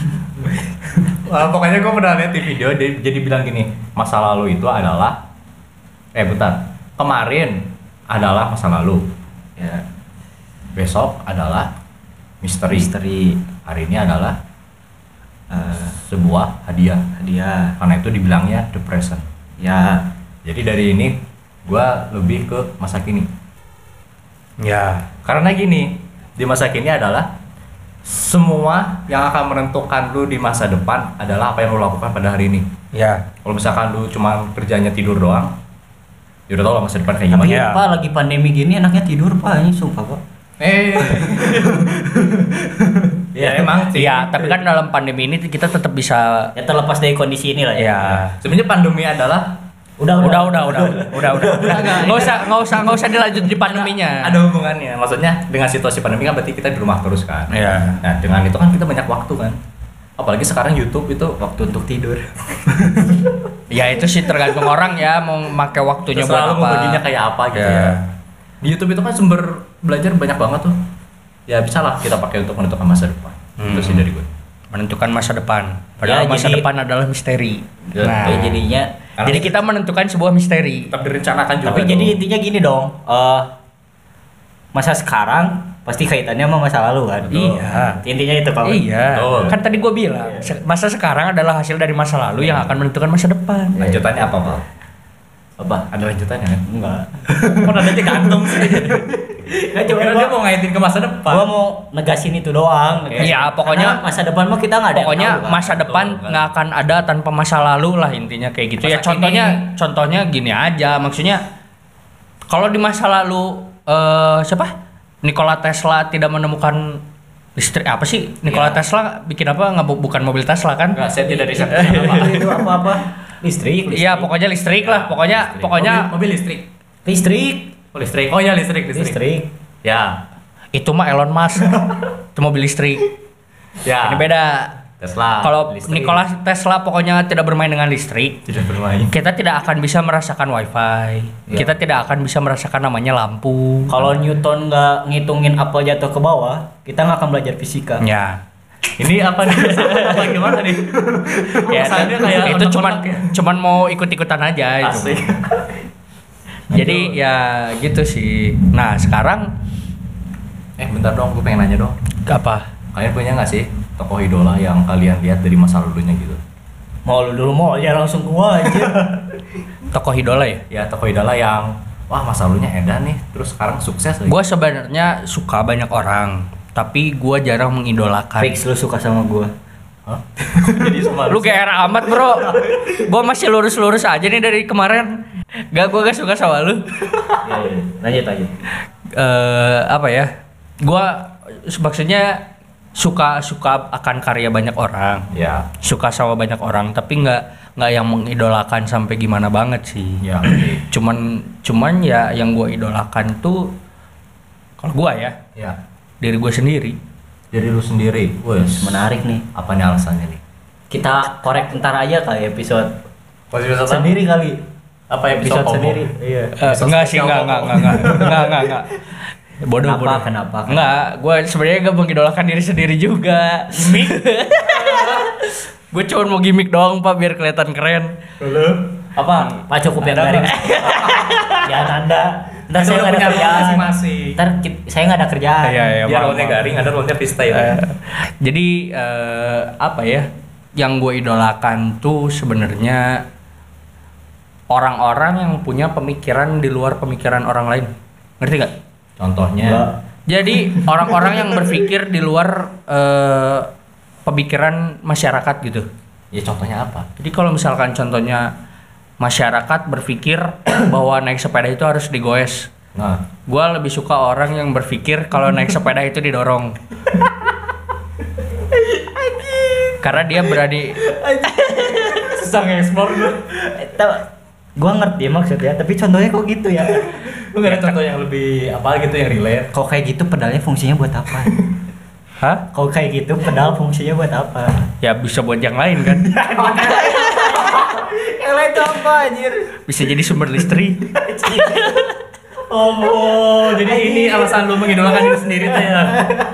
B: Wah, pokoknya gue pernah lihat di video, dia jadi bilang gini, masa lalu itu adalah, eh bentar, kemarin adalah masa lalu,
C: Ya.
B: besok adalah misteri,
C: Misteri.
B: hari ini adalah
C: eh,
B: sebuah hadiah,
C: hadiah.
B: karena itu dibilangnya the present.
C: Ya.
B: Jadi dari ini gue lebih ke masa kini,
A: Ya.
B: karena gini, di masa kini adalah semua yang akan menentukan lu di masa depan adalah apa yang lu lakukan pada hari ini.
A: Ya.
B: Kalau misalkan lu cuma kerjanya tidur doang, ya udah tau lah masa depan kayak
C: Tapi
B: gimana.
A: ya.
C: Pak lagi pandemi gini enaknya tidur Pak, ini sumpah Pak.
B: Eh, ya emang sih.
A: Iya, tapi kan dalam pandemi ini kita tetap bisa.
C: Ya terlepas dari kondisi ini lah ya.
A: Ya.
B: Sebenarnya pandemi adalah
C: Udah
A: Udah, udah, udah, udah, udah. Nggak usah, nggak usah, nggak usah dilanjut di pandeminya.
B: ada hubungannya. Maksudnya dengan situasi pandemi kan berarti kita di rumah terus kan.
A: Iya.
B: Nah dengan itu kan kita banyak waktu kan. Apalagi sekarang YouTube itu
C: Waktu untuk tidur.
A: Ya itu sih tergantung orang ya mau pakai waktunya buat
B: selalu
A: apa.
B: mau baginya kayak apa gitu
A: Ya.
B: ya. Di YouTube itu kan sumber belajar banyak banget tuh. Ya bisa lah kita pakai untuk menentukan masa depan.
A: Hmm.
B: Itu sih dari gue.
A: Menentukan masa depan. Padahal
C: Ya,
A: masa
C: jadi-
A: depan adalah misteri.
B: Ya,
A: Nah,
C: Ya, jadinya
B: Karena
A: jadi kita menentukan sebuah misteri.
B: tetap direncanakan juga.
C: tapi
B: tuh.
C: jadi intinya gini dong. eh masa sekarang pasti kaitannya sama masa lalu kan.
B: Betul.
A: Iya.
C: Intinya itu Pak.
A: Iya.
B: Betul.
A: Kan tadi gua bilang, se- masa sekarang adalah hasil dari masa lalu yang akan menentukan masa depan.
B: lanjutannya apa Pak?
C: Apa?
B: Ada lanjutannya kan?
C: Enggak.
B: Kok nanti gantung sih?
C: Nggak, cuma
B: Kira
C: gua-
B: dia mau ngaitin ke masa depan.
C: Gua mau negasin itu doang.
B: Oke.
C: negasin.
A: Iya, pokoknya-
C: Karena masa depan mah kita nggak ada. yang
A: Pokoknya
C: tahu, kan?
A: masa depan
B: Betul, kan?
A: nggak akan ada tanpa masa lalu lah intinya kayak gitu.
B: Masa
A: Ya contohnya,
B: kini.
A: contohnya gini aja. Maksudnya kalau di masa lalu eh siapa? Nikola Tesla tidak menemukan listrik apa sih? Nikola
B: Iya.
A: Tesla bikin apa? Nggak bu- bukan mobil Tesla kan?
B: Enggak, saya tidak riset apa.
C: itu apa-apa listrik, listrik.
A: Iya, pokoknya listrik lah. Pokoknya
B: Listrik.
A: pokoknya
B: mobil, mobil listrik.
C: listrik
B: Oh, listrik. Oh ya listrik, listrik.
C: listrik
B: Ya.
A: itu mah Elon Musk. Itu mobil listrik.
B: Ya.
A: Ini beda.
B: Tesla.
A: Kalau
B: listrik.
A: Nikola Tesla pokoknya tidak bermain dengan listrik.
B: tidak bermain.
A: Kita tidak akan bisa merasakan wifi.
C: Ya.
A: Kita tidak akan bisa merasakan namanya lampu.
C: kalau Newton nggak ngitungin apa jatuh ke bawah kita nggak akan belajar fisika.
A: Ya,
B: Ini apa nih? Apa gimana nih?
A: ya
B: Kesannya
A: itu,
B: kayak
A: itu cuman
B: otak-otak ya.
A: cuman mau ikut-ikutan aja itu.
B: Asik.
A: Jadi ya gitu sih. Nah sekarang
B: Eh bentar dong, gue pengen nanya dong.
A: apa?
B: Kalian punya nggak sih tokoh idola yang kalian lihat dari masa lalunya gitu?
C: Mau lu dulu mau ya langsung gua aja.
A: Tokoh idola ya?
B: Ya tokoh idola yang wah masa lalunya edan nih, terus sekarang sukses lagi.
A: Gue sebenarnya suka banyak orang, tapi gue jarang mengidolakan.
C: Fix lu suka sama gua.
B: Hah? Jadi sama
A: Lu G R amat bro. Gue masih lurus-lurus aja nih dari kemarin. Gak, gue gak suka sama lu.
C: Ya, ya. Lanjut lanjut.
A: Eh apa ya? Gue maksudnya suka suka akan karya banyak orang.
B: Ya.
A: Suka sama banyak orang, tapi nggak nggak yang mengidolakan sampai gimana banget sih.
B: Ya. Okay.
A: Cuman cuman ya yang gue idolakan tuh kalau gue ya
B: Ya.
A: diri gue sendiri.
B: Jadi lu sendiri. Wes.
C: Menarik nih.
B: Apa nih alasannya nih?
C: Kita korek ntar aja kali episode
B: Episode
C: sendiri kali.
B: Apa
C: Episode
B: sombong?
C: sendiri. Iya.
A: Eh, enggak sih, enggak, enggak, enggak, enggak, enggak, enggak, enggak. Bodoh,
C: Kenapa?
A: bodoh.
C: Kenapa?
A: Enggak, gue sebenarnya gak mengidolakan diri sendiri juga. Gimik. Gue cuma mau gimmick doang pak, biar kelihatan keren.
B: Lu apa?
C: Pak cukup yang
B: Anda
C: garing.
B: apa?
C: Ya Anda. Ntar saya nggak ada kerjaan.
B: masing-masing.
C: Ntar ki- saya nggak ada kerjaan.
A: Iya, iya,
B: Biar
A: maaf,
B: role-nya
A: maaf.
B: garing, ada role-nya freestyle.
A: Eh, jadi eh, apa ya? Yang gue idolakan tuh sebenarnya orang-orang yang punya pemikiran di luar pemikiran orang lain. Ngerti gak?
B: Contohnya.
C: Enggak.
A: Jadi orang-orang yang berpikir di luar eh, pemikiran masyarakat gitu.
B: Ya contohnya apa?
A: Jadi kalau misalkan contohnya masyarakat berpikir bahwa naik sepeda itu harus digoes.
B: Nah,
A: Gue lebih suka orang yang berpikir kalau naik sepeda itu didorong. Karena dia berani.
B: susah nge-explore lu.
C: Gua ngerti maksudnya, tapi contohnya kok gitu ya?
B: Lu gak ada contoh yang lebih apa gitu yang relate?
C: Kalau kayak gitu pedalnya fungsinya buat apa?
A: Hah?
C: Kalau kayak gitu pedal fungsinya buat apa?
A: Ya bisa buat yang lain kan.
C: Yang lain tuh apa anjir?
A: Bisa jadi sumber listrik.
B: Oh, jadi ini alasan lu mengidolakan diri sendiri tuh ya.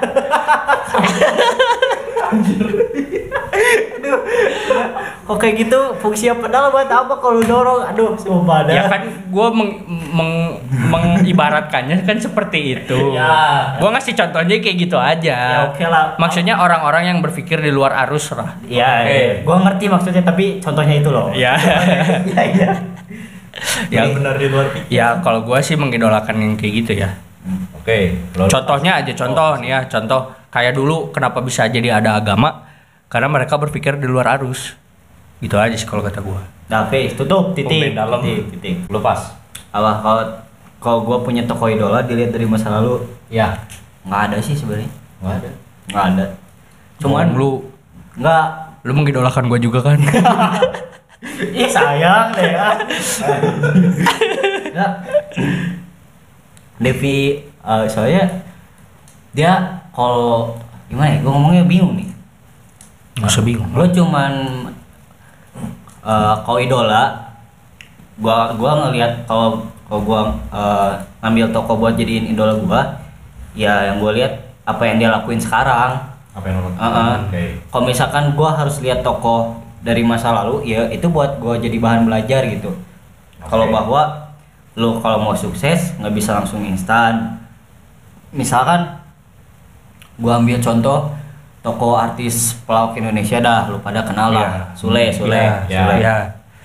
C: Aduh. Kok kayak gitu fungsinya pedal buat apa kalau dorong? Aduh, sumpah dah.
A: Ya kan gue meng, meng- mengibaratkannya kan seperti itu.
B: Ya.
A: Gue ngasih contohnya kayak gitu aja.
C: Ya oke lah.
A: Maksudnya orang-orang yang berpikir di luar arus lah.
C: Iya,
B: Oke.
C: iya. Gua ngerti maksudnya tapi contohnya itu loh.
A: Ya.
C: Iya, iya.
A: Ya,
B: Yang benar di luar pikir.
A: ya kalau gue sih mengidolakan yang kayak gitu ya.
B: Oke. lo-
A: Contohnya aja contoh nih ya, contoh kayak dulu kenapa bisa jadi ada agama? Karena mereka berpikir di luar arus. Gitu aja sih kalau kata gue.
C: Nah, oke, tutup titik.
B: Pemain dalam.
C: Titik, titik.
B: Lu pas.
C: Apa kalau kalau gua punya tokoh idola dilihat dari masa lalu
B: Ya.
C: nggak ada sih sebenarnya.
B: Enggak ada.
C: Nggak ada.
A: Cuman lu
C: Nggak.
A: lu mengidolakan gue juga kan.
C: Ih sayang deh ya. Nggak. Devi, eh, soalnya dia kalau gimana ya? Gue ngomongnya bingung nih.
A: Nggak usah bingung.
C: Gue cuman eh kalau idola, gua gua ngelihat kalau kalau gua eh, ngambil toko buat jadiin idola gua, ya yang gua lihat apa yang dia lakuin sekarang.
B: Apa yang lu
C: Heeh.
B: Oke.
C: Kalau misalkan gua harus lihat toko dari masa lalu, ya itu buat gua jadi bahan belajar gitu. Kalau
B: Oke.
C: bahwa lu kalau mau sukses nggak bisa langsung instan. Misalkan gua ambil contoh toko artis pelawak Indonesia dah, lu pada kenal lah.
A: Iya.
C: Sule, Sule,
A: Iya,
B: Ya.
C: Sule.
A: Ya.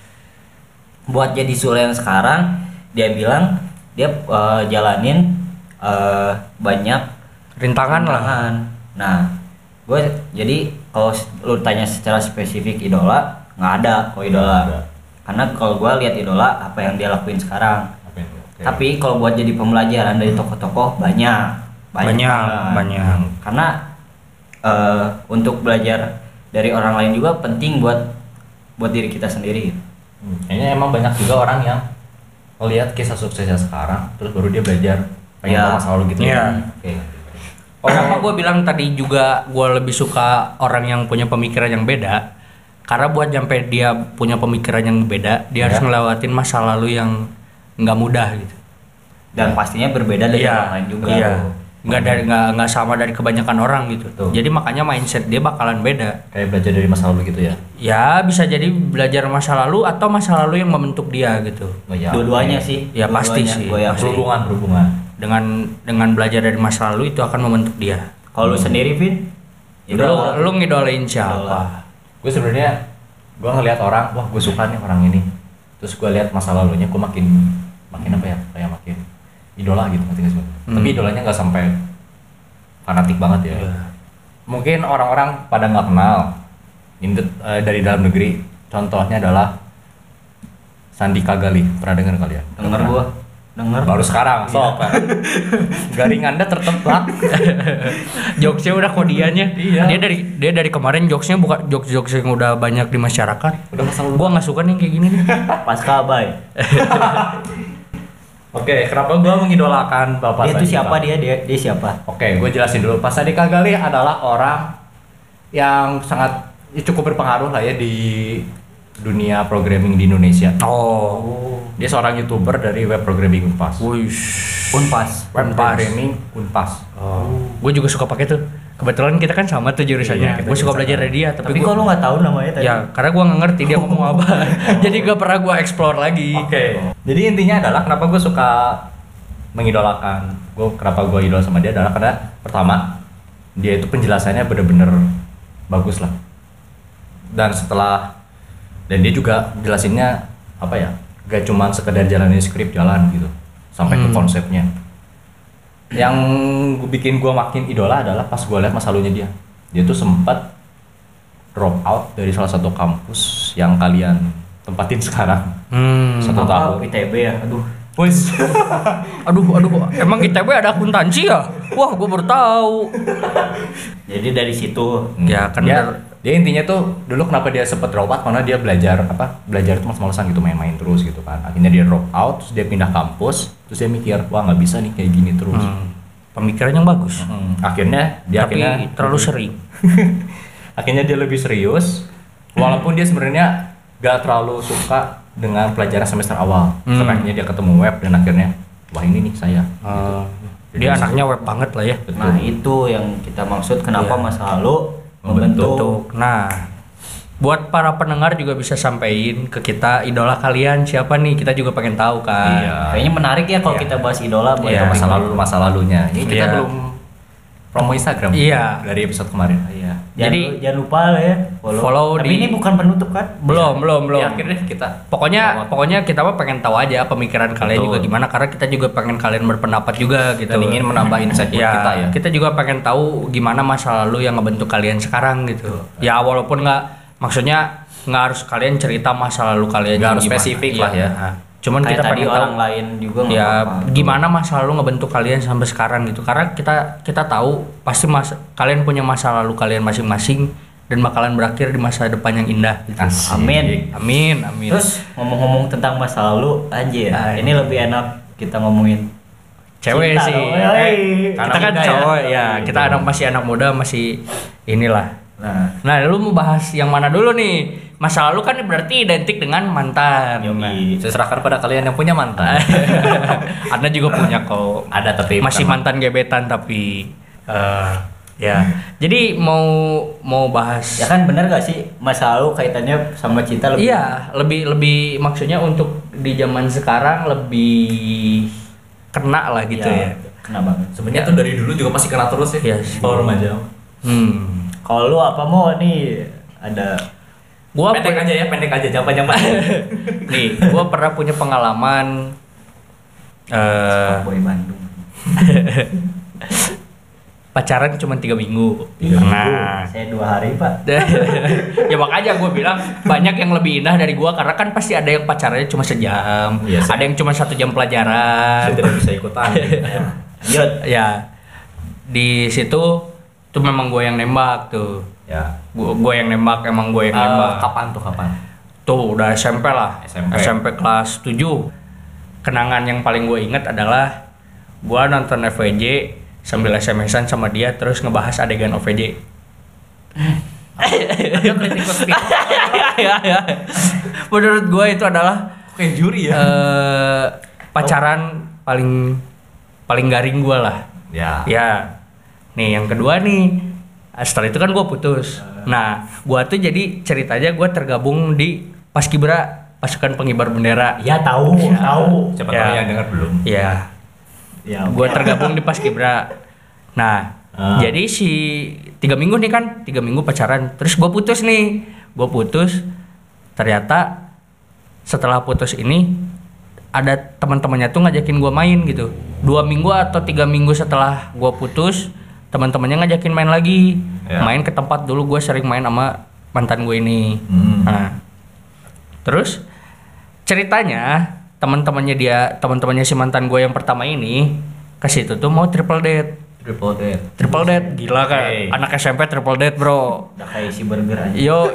C: Buat jadi Sule yang sekarang, dia bilang dia eh, jalanin eh, banyak
A: Rintangan lah.
C: rintangan. Nah, gue jadi kalau s- lu tanya secara spesifik idola, nggak ada kok idola.
B: Nggak ada.
C: Karena kalau gue lihat idola apa yang dia lakuin sekarang.
B: Apa yang- oke.
C: Tapi kalau buat jadi pembelajaran dari tokoh-tokoh banyak,
A: Banyak,
C: banget.
A: banyak.
C: Karena eh, untuk belajar dari orang lain juga penting buat buat diri kita sendiri.
B: Hmm, kayaknya emang banyak juga orang yang melihat kisah suksesnya sekarang, terus baru dia belajar pengen
C: Ya.
B: tahu masa lalu gitu.
A: Iya.
B: ya. Oke.
A: Kenapa gue bilang tadi juga gue lebih suka orang yang punya pemikiran yang beda? Karena buat nyampe dia punya pemikiran yang beda, dia harus
B: Ya.
A: ngelewatin masa lalu yang nggak mudah gitu.
C: Dan pastinya berbeda dari orang lain juga.
A: Iya. Nggak dari nggak nggak sama dari kebanyakan orang gitu.
B: Betul.
A: Jadi makanya mindset dia bakalan beda.
B: Kayak belajar dari masa lalu gitu ya.
A: Ya bisa jadi belajar masa lalu atau masa lalu yang membentuk dia gitu.
B: Oh, ya,
C: Dua-duanya
B: oke.
C: sih.
A: Ya, pasti
C: Dua-duanya.
A: sih.
C: Gua yakin.
B: Berhubungan, berhubungan.
A: Dengan dengan belajar dari masa lalu itu akan membentuk dia.
C: Kalau lu sendiri, Vin?
A: Lu lu ngidolain siapa?
B: Gue sebenarnya gue ngelihat orang, wah gue suka nih orang ini. Terus gue lihat masa lalunya, gue makin makin apa ya? Kayak makin idola gitu, ngerti nggak sih?
A: Hmm.
B: Tapi idolanya nggak sampai fanatik banget ya.
A: Iya.
B: Mungkin orang-orang pada nggak kenal ini, eh, dari dalam negeri. Contohnya adalah Sandika Gali, pernah dengar kalian?
C: Denger gua. Denger.
B: Baru sekarang, sok kan. Garing Anda tertebak.
A: Jokesnya udah kodiannya.
B: Iya.
A: Dia dari dia dari kemarin jokesnya bukan jokes-jokes yang udah banyak di masyarakat.
B: Udah masa lalu.
A: Gua nggak suka nih kayak gini nih.
C: Pasca Bay.
B: Oke, kenapa gua mengidolakan Bapak
C: Dia itu
B: Sandika?
C: siapa dia? Dia dia siapa?
B: Oke, gue jelasin dulu. Pak Sandika Gali adalah orang yang sangat ya cukup berpengaruh lah ya di dunia programming di Indonesia.
A: Oh.
B: Dia seorang YouTuber dari web programming Unpas.
A: Wuih.
C: Unpas.
B: Web
A: Unpas.
B: programming Unpas.
A: Oh. Gue juga suka pakai tuh. Kebetulan kita kan sama tuh jurusannya.
B: Iya, kita
A: Gue suka
B: jurusan
A: belajar
B: sama.
A: dari dia, tapi,
C: Tapi
A: gua,
C: kok lu nggak tahu namanya tadi?
A: ya karena gue nggak ngerti dia ngomong apa. Jadi gak pernah gue explore lagi.
B: Oke. Jadi intinya adalah kenapa gue suka mengidolakan, gue kenapa gue idol sama dia adalah karena pertama dia itu penjelasannya bener-bener bagus lah. Dan setelah dan dia juga jelasinnya apa ya, gak cuman sekedar jalanin skrip jalan gitu, sampai ke
A: Hmm.
B: konsepnya. Yang gue bikin gue makin idola adalah pas gue lihat masa lalunya dia. Dia tuh sempat drop out dari salah satu kampus yang kalian tempatin sekarang.
A: Hmm.
B: Satu
C: Apa?
B: tahun.
C: I T B ya? Aduh.
B: Wis.
A: Aduh, aduh, emang I T B ada akuntansi ya? Wah, gue baru tahu.
C: Jadi dari situ
A: Ya, kan
B: dia,
A: bener.
B: dia intinya tuh dulu kenapa dia sempet drop out karena dia belajar apa belajar itu males-malesan gitu, main-main terus gitu kan. Akhirnya dia drop out, terus dia pindah kampus, terus dia mikir wah nggak bisa nih kayak gini terus.
A: Hmm. Pemikirannya bagus.
B: Hmm, akhirnya dia
A: Tapi
B: akhirnya
A: terlalu sering.
B: akhirnya dia lebih serius walaupun dia sebenarnya gak terlalu suka dengan pelajaran semester awal.
A: Hmm.
B: Sampai akhirnya dia ketemu web dan akhirnya wah ini nih saya.
A: Uh,
B: Jadi
A: dia
B: disitu-
A: anaknya web banget lah ya.
B: Betul.
C: Nah itu yang kita maksud kenapa
A: Iya.
C: masa lalu
B: Membentuk.
C: membentuk.
A: Nah, buat para pendengar juga bisa sampein ke kita idola kalian siapa nih, kita juga pengen tahu kan.
B: Iya.
C: Kayaknya menarik ya kalau
A: Iya.
C: kita bahas idola buat
A: Iya.
C: topik
B: masa
C: ini.
B: lalu masa lalunya. Ini kita
A: Iya.
B: belum promo Instagram.
A: Iya.
B: Dari episode kemarin.
C: Iya. Jangan,
A: Jadi-
C: jangan lupa lah ya follow.
A: Follow
C: Tapi
A: di-
C: ini bukan penutup kan?
A: Belum, belum, belum.
B: Ya, akhirnya kita
A: Pokoknya pokoknya kita mah pengen tahu aja pemikiran kalian
B: Betul.
A: juga gimana, karena kita juga pengen kalian berpendapat juga gitu.
B: dan ingin menambah insight buat
A: Ya,
B: kita ya.
A: kita juga pengen tahu gimana masa lalu yang ngebentuk kalian sekarang gitu. Ya walaupun nggak, maksudnya nggak harus kalian cerita masa lalu kalian
B: Nggak
A: yang
B: harus
A: gimana.
B: spesifik
A: Iya.
B: lah ya.
A: Nah, cuman
C: Kayak
A: kita
C: tadi
A: pengen
C: orang
A: tahu
C: lain juga nggak
A: ya
C: apa-apa.
A: gimana masa lalu ngebentuk kalian sampai sekarang gitu, karena kita kita tahu pasti mas kalian punya masa lalu kalian masing-masing dan bakalan berakhir di masa depan yang indah gitu.
B: Asik.
C: Amin.
A: Amin, amin.
C: Terus ngomong-ngomong tentang masa lalu anjir.
A: Ah,
C: ini lebih enak kita ngomongin
A: cewek
C: cinta
A: sih.
C: dong.
A: Eh,
C: Yoi.
A: kita kan
B: muda ya.
A: cowok ya,
B: Gitu.
A: kita anak masih anak muda, masih inilah.
C: Nah,
A: Nah, lu mau bahas yang mana dulu nih? Masa lalu kan berarti identik dengan mantan.
C: Yogi.
A: Nah,
B: Saya serahkan pada kalian yang punya mantan.
A: Anda juga punya kok.
B: Ada tapi
A: Masih
B: bukan
A: mantan gebetan tapi eh ya. Jadi mau mau bahas
C: ya kan bener gak sih masa lalu kaitannya sama cinta lebih?
A: Iya, lebih lebih maksudnya untuk di zaman sekarang lebih kena lah gitu
C: Iya,
A: ya.
C: Kena banget.
B: sebenarnya tuh dari dulu juga pasti kena terus ya.
A: Iya sih.
B: Kalau remaja.
A: Hmm.
C: Kalau lu apa mau nih ada
A: Gua
B: Pendek
A: pu-
B: aja ya, pendek aja, jangan panjang-panjang.
A: nih, gua pernah punya pengalaman eh
C: boy Bandung?
A: pacaran cuma tiga minggu.
C: Ih,
A: Nah,
C: saya dua hari pak.
A: ya makanya gue bilang banyak yang lebih indah dari gua, karena kan pasti ada yang pacarannya cuma sejam,
B: Iya sih.
A: ada yang cuma satu jam pelajaran.
B: Saya tidak bisa ikutan.
C: Lanjut.
A: Ya, di situ tuh memang gue yang nembak tuh.
B: Ya.
A: Gue gue yang nembak, emang gue yang
B: Eh,
A: nembak.
B: kapan tuh kapan?
A: Tuh udah S M P lah.
B: S M P.
A: S M P kelas tujuh. Kenangan yang paling gue inget adalah gue nonton F W J sambil S M S-an sama dia, terus ngebahas adegan O V J.
B: Ada kritik kritik.
A: Ya, ya. Menurut gue itu adalah
B: Kayak juri ya.
A: eh, pacaran paling paling garing gue lah.
B: Ya.
A: Ya, nih yang kedua nih, setelah itu kan gue putus. Nah, gue tuh jadi ceritanya gue tergabung di Paskibra, pasukan pengibar bendera.
C: Ya tahu, tahu.
B: Siapa
A: Ya.
B: tahu yang dengar belum?
A: Ya,
C: Ya,
A: gue tergabung di Paskibra. Nah,
B: Ah.
A: jadi si tiga minggu nih kan, tiga minggu pacaran. Terus gue putus nih, gue putus. Ternyata setelah putus ini ada teman-temannya tuh ngajakin gue main gitu. Dua minggu atau tiga minggu setelah gue putus, teman-temannya ngajakin main lagi,
B: Ya.
A: main ke tempat dulu gue sering main sama mantan gue ini.
B: Hmm.
A: Nah, terus ceritanya teman-temannya dia, teman-temannya si mantan gue yang pertama ini ke situ tuh mau triple date.
B: Triple date.
A: Triple date, gila kan?
C: Hey.
A: Anak S M P triple date bro.
C: Udah kayak isi burger aja.
A: Yo,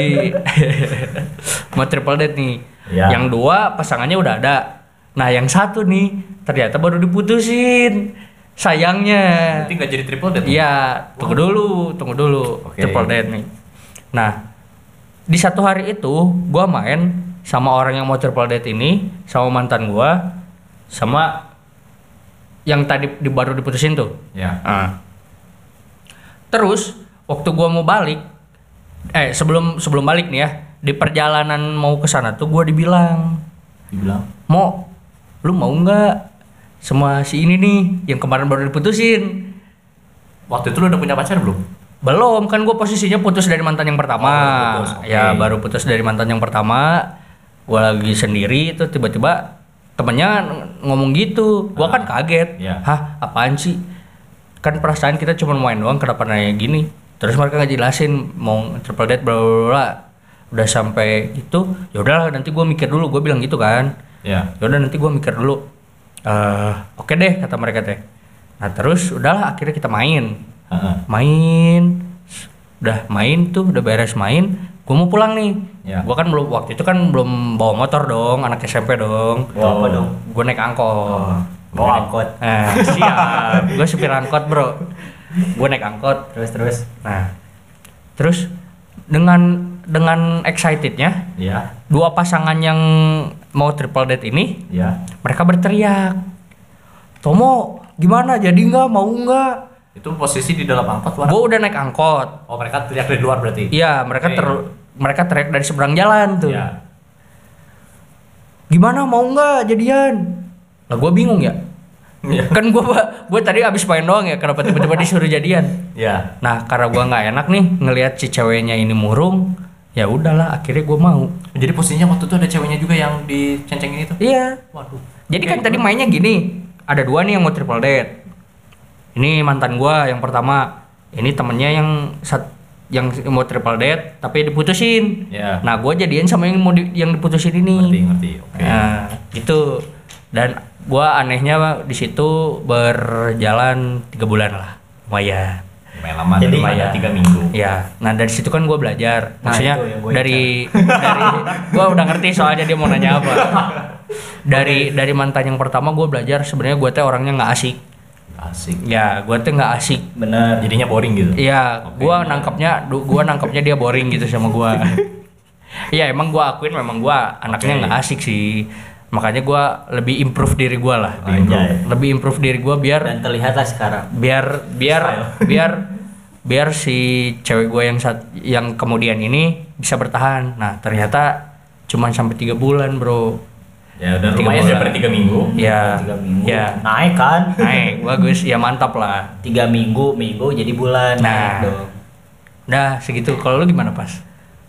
A: mau triple date nih.
C: Ya.
A: Yang dua pasangannya udah ada. Nah yang satu nih ternyata baru diputusin. Sayangnya.
B: Berarti nggak jadi triple date?
A: Iya, tunggu dulu, tunggu dulu.
B: Oke.
A: Triple date nih. Nah, di satu hari itu gua main sama orang yang mau triple date ini, sama mantan gua, sama yang tadi di, baru diputusin tuh.
B: Ya.
A: Nah. Terus waktu gua mau balik, eh sebelum sebelum balik nih ya, di perjalanan mau ke sana tuh gua dibilang,
B: Dibilang.
A: "Mo, lu mau nggak sama si ini nih yang kemarin baru diputusin?"
B: Waktu itu lu udah punya pacar belum?
A: Belum, kan gue posisinya putus dari mantan yang pertama.
B: Oh, baru putus, oke.
A: Ya baru putus dari mantan yang pertama. Gue lagi sendiri tuh tiba-tiba temennya ngomong gitu. Gue kan kaget.
B: Iya.
A: Hah, apaan sih? Kan perasaan kita cuma main doang, kenapa nanya gini? Terus mereka ngejelasin mau triple date bla bla bla. Udah sampai itu, ya udahlah nanti gue mikir dulu. Gue bilang gitu kan.
B: Ya.
A: Ya udah nanti gue mikir dulu. Eh, oke deh kata mereka teh. Nah terus udahlah akhirnya kita main.
B: Heeh.
A: Main, udah main tuh, udah beres main, gue mau pulang nih.
B: Ya.
A: Gue kan belum, waktu itu kan belum bawa motor dong, anak S M P dong.
C: Bawa apa dong?
A: Gue naik angkot.
C: Bawa angkot.
A: Nah, siap. Gue supir angkot bro. Gue naik angkot.
C: Terus terus.
A: Nah, terus dengan dengan excitednya,
B: Ya.
A: dua pasangan yang mau triple date ini,
B: Ya.
A: mereka berteriak, "Tomo, gimana? Jadi nggak? Mau nggak?"
B: Itu posisi di dalam angkot warna.
A: Gue udah naik angkot.
B: Oh, mereka teriak dari luar berarti.
A: Iya, mereka
B: Oke.
A: ter mereka teriak dari seberang jalan tuh.
B: Ya.
A: Gimana mau nggak jadian? Lah gue bingung ya.
B: Iya.
A: Kan gue gue tadi abis main doang ya, kenapa tiba-tiba disuruh jadian?
B: Ya.
A: Nah, karena gue nggak enak nih ngelihat si ceweknya ini murung, ya udahlah akhirnya gue mau.
B: Jadi posisinya waktu itu ada ceweknya juga yang diceng-cengin itu.
A: Iya.
B: Waduh.
A: Jadi
B: Oke,
A: kan tadi mainnya gini, ada dua nih yang mau triple date. Ini mantan gue yang pertama, ini temennya yang sat, yang mau triple date tapi diputusin.
B: Ya.
A: Nah, gue jadian sama yang mau di, yang diputusin ini.
B: Ngerti, ngerti. Oke.
A: Nah, gitu. Dan gua anehnya di situ berjalan tiga bulan lah, lumayan.
B: Lumayan lama,
C: Jadi,
B: daripada
A: ya.
B: tiga minggu.
A: Ya, nah dari situ kan gua belajar.
C: Nah,
A: Maksudnya
C: itu yang gua
A: dari dari gua udah ngerti soalnya dia mau nanya apa. Dari dari mantan yang pertama gua belajar sebenarnya gua teh orangnya nggak asik.
B: Asik.
A: Ya, gua teh nggak asik.
C: Bener.
B: Jadinya boring gitu.
A: Iya,
B: Oke,
A: gua
B: bener.
A: nangkapnya du- gua nangkapnya dia boring gitu sama gua. Iya, emang gua akuin memang gua anaknya
B: Oke.
A: nggak asik sih. Makanya gua lebih improve diri gua lah.
C: Anjay.
A: Lebih improve diri gua biar
C: Dan terlihatlah sekarang.
A: biar biar biar biar si cewek gue yang saat yang kemudian ini bisa bertahan. Nah ternyata cuman sampai tiga bulan bro.
B: Ya udah
A: Tiga
B: lumayan
A: bulan.
B: daripada tiga minggu.
A: Ya,
C: Tiga minggu.
A: ya
C: Naik kan?
A: naik bagus ya mantap lah.
C: Tiga minggu, minggu jadi bulan.
A: Nah.
C: Naik dong.
A: Nah segitu. Kalau lu gimana pas?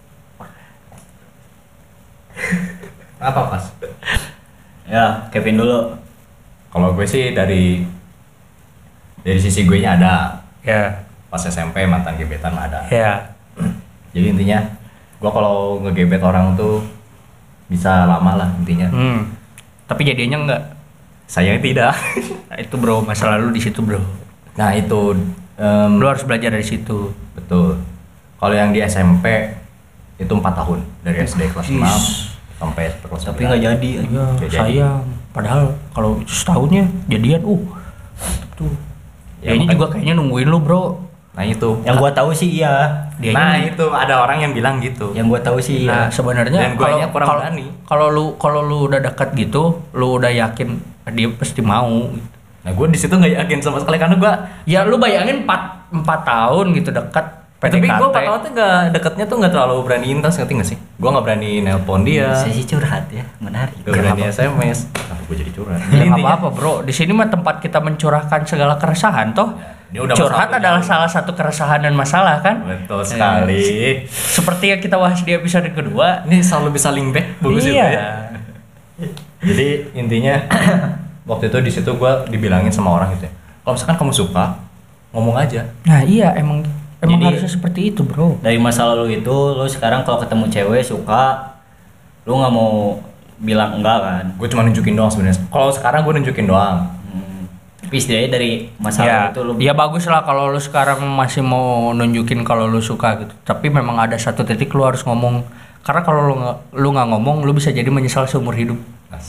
B: Apa pas?
C: Ya, Kevin dulu.
B: Kalau gue sih dari dari sisi gue nya ada.
A: Ya
B: Pas S M P mantan gebetan mah ada.
A: ya
B: Jadi intinya gue kalau ngegebet orang tuh bisa lama lah intinya.
A: hmm. Tapi jadinya enggak.
B: Sayangnya tidak.
A: Nah, itu bro masa lalu di situ bro.
B: Nah itu em,
A: Lu harus belajar dari situ.
B: betul. Kalau yang di S M P itu empat tahun dari S D kelas
A: Is.
B: enam sampai kelas
C: Tapi nggak jadi.
A: Iya
B: Jadi.
A: sayang. Padahal kalau setahunnya jadian uh tuh.
B: Ya,
A: Ya, ini
B: makanya-
A: juga kayaknya nungguin lu bro.
B: Nah itu.
C: Yang gua tahu sih iya.
A: Dia
B: Nah itu ada orang yang bilang gitu.
C: Yang gua tahu sih
A: Nah
C: iya.
A: sebenarnya
B: Dan guanya
A: kalau
B: kurang
A: kalau-
B: berani.
A: kalau lu kalau lu udah dekat gitu, lu udah yakin dia pasti mau. Gitu.
B: Nah gue di situ nggak yakin sama sekali karena gue.
A: Ya lu bayangin empat empat tahun gitu dekat P D K T.
B: Tapi gue empat tahun tuh nggak deketnya tuh nggak terlalu berani intens, ngerti nggak sih? Gue nggak berani nelpon dia.
C: Sesi curhat ya, menarik.
B: Gak berani S M S. Nah, gue jadi curhat.
A: Ya nggak apa-apa bro. Di sini mah tempat kita mencurahkan segala keresahan toh.
B: Dia udah
A: Curhat
B: masalah
A: adalah
B: punya.
A: salah satu keresahan dan masalah kan.
B: Betul sekali.
A: Seperti yang kita bahas di episode kedua.
B: Ini selalu bisa link back, bagus itu
A: Iya.
B: ya. Jadi intinya waktu itu di situ gue dibilangin sama orang gitu ya. Kalau misalkan kamu suka, ngomong aja.
A: Nah iya emang emang
C: Jadi-
A: harusnya seperti itu bro.
C: Dari masa lalu itu, lu sekarang kalau ketemu cewek suka, lu nggak mau bilang enggak kan.
B: Gue cuma nunjukin doang sebenarnya. Kalau sekarang gue nunjukin doang.
C: Hmm. Tapi setidaknya dari masa
A: Ya,
C: lalu itu lu
A: ya bagus lah kalau lu sekarang masih mau nunjukin kalau lu suka gitu. Tapi memang ada satu titik lu harus ngomong. Karena kalau lu nggak lu nggak ngomong, lu bisa jadi menyesal seumur hidup.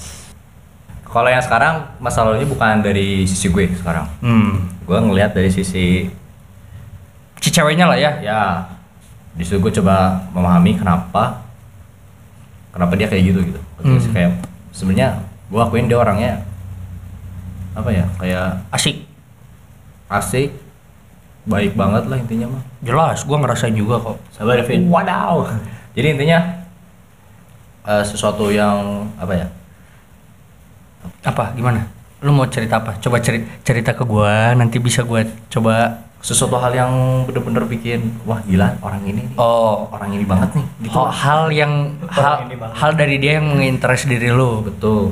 B: Kalau yang sekarang masalahnya bukan dari sisi gue sekarang.
A: Hmm.
B: Gue ngelihat dari sisi
A: Si ceweknya lah ya.
B: ya di situ gue coba memahami kenapa kenapa dia kayak gitu gitu. Terus
A: Hmm.
B: kayak sebenarnya gue akuin dia orangnya apa ya kayak
A: Asik.
B: asik, baik banget lah intinya mah.
A: Jelas, gua ngerasain juga kok.
C: sabar Vin.
B: Wadaw. Jadi intinya eh, sesuatu yang apa ya?
A: Apa? Gimana? Lu mau cerita apa? Coba cerita cerita ke gua, nanti bisa gua coba.
B: Sesuatu hal yang bener-bener bikin wah gila orang ini nih.
A: Oh,
B: Orang ini banget nih gitu.
A: hal, hal yang hal,
C: ini banget.
A: hal dari dia yang menginterest diri lu.
B: Betul.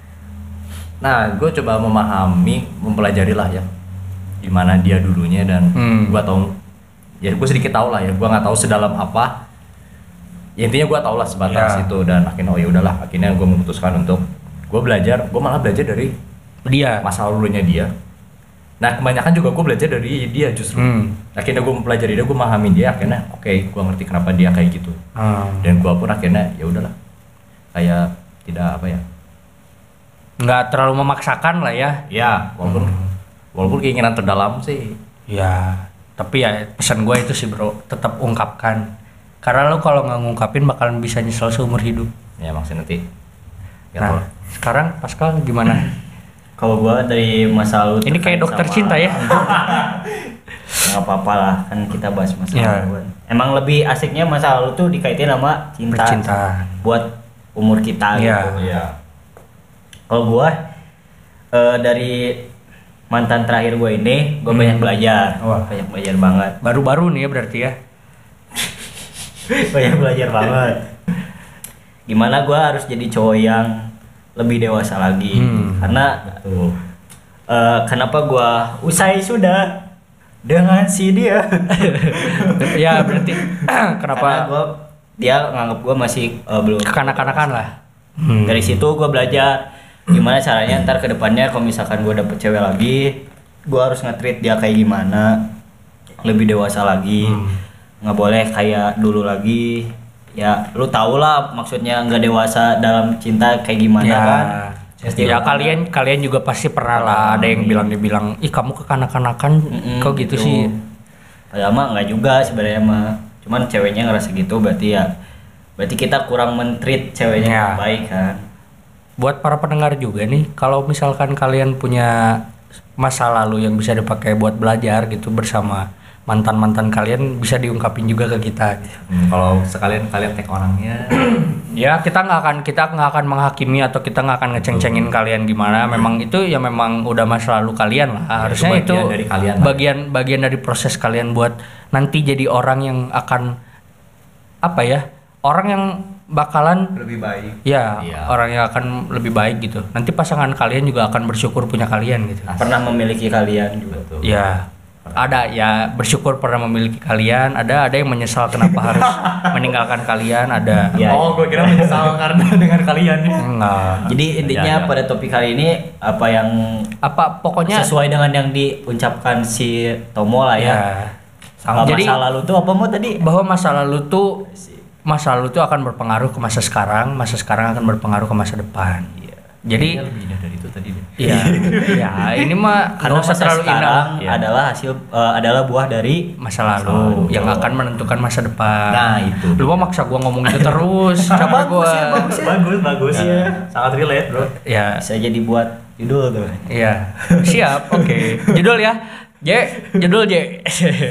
B: Nah, gue coba memahami, mempelajari lah ya gimana dia dulunya dan
A: Hmm.
B: gue tahu, ya gue sedikit tahu lah ya, gue nggak tahu sedalam apa. Ya intinya gue tahu lah sebatas
A: Ya.
B: itu dan akhirnya oh ya udahlah, akhirnya gue memutuskan untuk gue belajar, gue malah belajar dari
A: Dia.
B: masa lalunya dia. Nah kebanyakan juga gue belajar dari dia justru.
A: Hmm.
B: Akhirnya gue mempelajari dia, gue memahami dia, akhirnya oke, gue ngerti kenapa dia kayak gitu.
A: Hmm.
B: Dan gue pun akhirnya ya udahlah, kayak tidak apa ya.
A: Nggak terlalu memaksakan lah ya.
B: Ya, walaupun walaupun keinginan terdalam sih.
A: Ya, tapi ya pesan gua itu sih bro, tetap ungkapkan. Karena lu kalau nggak ngungkapin bakalan bisa nyesel seumur hidup.
B: Ya maksudnya nanti. Ya,
A: Nah,
B: kalau
A: sekarang Pascal gimana?
C: Kalau gua dari masa lalu
A: Ini kayak
C: terkait
A: dokter
C: sama-
A: cinta ya.
C: nggak apa-apa lah, kan kita bahas masa
A: Ya.
C: lalu kan. Emang lebih asiknya masa lalu tuh dikaitin sama cinta,
A: Bercinta.
C: buat umur kita
A: Ya.
C: gitu.
B: Iya.
C: Kalau gua eh, dari mantan terakhir gua ini, gua
A: Hmm.
C: banyak belajar,
A: Wah.
C: banyak belajar banget,
A: Baru-baru nih ya berarti ya.
C: banyak belajar banget. Gimana gua harus jadi cowok yang lebih dewasa lagi,
A: Hmm.
C: karena
B: Tuh.
C: eh, kenapa gua usai sudah dengan si dia.
A: Ya berarti
C: Karena
A: kenapa
C: gua dia nganggap gua masih eh, belum
A: kekanak-kanakan lah.
C: Dari situ gue belajar gimana caranya ntar kedepannya kalau misalkan gue dapet cewek lagi, gue harus nge-treat dia kayak gimana, lebih dewasa lagi, nggak boleh kayak dulu lagi. Ya lu tau lah maksudnya nggak dewasa dalam cinta kayak gimana
A: Ya,
C: kan.
A: ya kalian kalian juga pasti pernah lah ada yang bilang dibilang, ih kamu kekanak-kanakan
C: Mm-mm,
A: kok gitu sih.
C: Padahal mah nggak juga sebenarnya mah, cuman ceweknya ngerasa gitu berarti ya berarti kita kurang men-treat ceweknya
A: Ya.
C: dengan baik kan.
A: Buat para pendengar juga nih, kalau misalkan kalian punya masa lalu yang bisa dipakai buat belajar gitu bersama mantan-mantan kalian, bisa diungkapin juga ke kita gitu.
B: Hmm, kalau sekalian kalian tag orangnya.
A: Ya kita nggak akan kita nggak akan menghakimi atau kita nggak akan ngeceng-cengin kalian gimana. Memang itu ya memang udah masa lalu kalian lah.
B: Ya,
A: Harusnya
B: itu
A: itu
B: bagian dari kalian lah.
A: bagian bagian dari proses kalian buat nanti jadi orang yang akan apa ya? Orang yang bakalan
B: Lebih baik.
A: ya
B: Iya.
A: orang yang akan lebih baik gitu. Nanti pasangan kalian juga akan bersyukur punya kalian gitu.
C: Pernah memiliki kalian juga.
B: Betul.
A: Ya ada ya bersyukur pernah memiliki kalian. Ada ada yang menyesal kenapa harus meninggalkan kalian. Ada.
C: Ya,
B: Oh, gue kira menyesal karena dengan kalian ya.
A: Enggak.
C: Jadi intinya
B: Ya, ya.
C: pada topik kali ini apa yang
A: Apa pokoknya
C: sesuai dengan yang diucapkan si Tomo lah ya.
A: ya.
C: Sama
A: Jadi-
C: masa lalu tuh apa mau tadi?
A: Bahwa masa lalu tuh masa lalu tuh akan berpengaruh ke masa sekarang, masa sekarang akan berpengaruh ke masa depan. Jadi
B: Kayaknya lebih indah dari itu tadi deh.
A: ya, ya ini mah
C: Karena
A: nggak usah
C: masa
A: terlalu
C: sekarang
A: indah.
B: ya.
C: adalah hasil eh, adalah buah dari
A: Masa lalu
B: Masa lalu.
A: yang akan menentukan masa depan.
B: Nah, itu.
A: Lu mah maksa gua ngomong itu terus. Capek gua.
B: bagus, bagus ya. Sangat relate, Bro.
A: Ya,
C: bisa jadi buat judul tuh.
A: iya. Siap. Oke. Judul ya. J, judul J.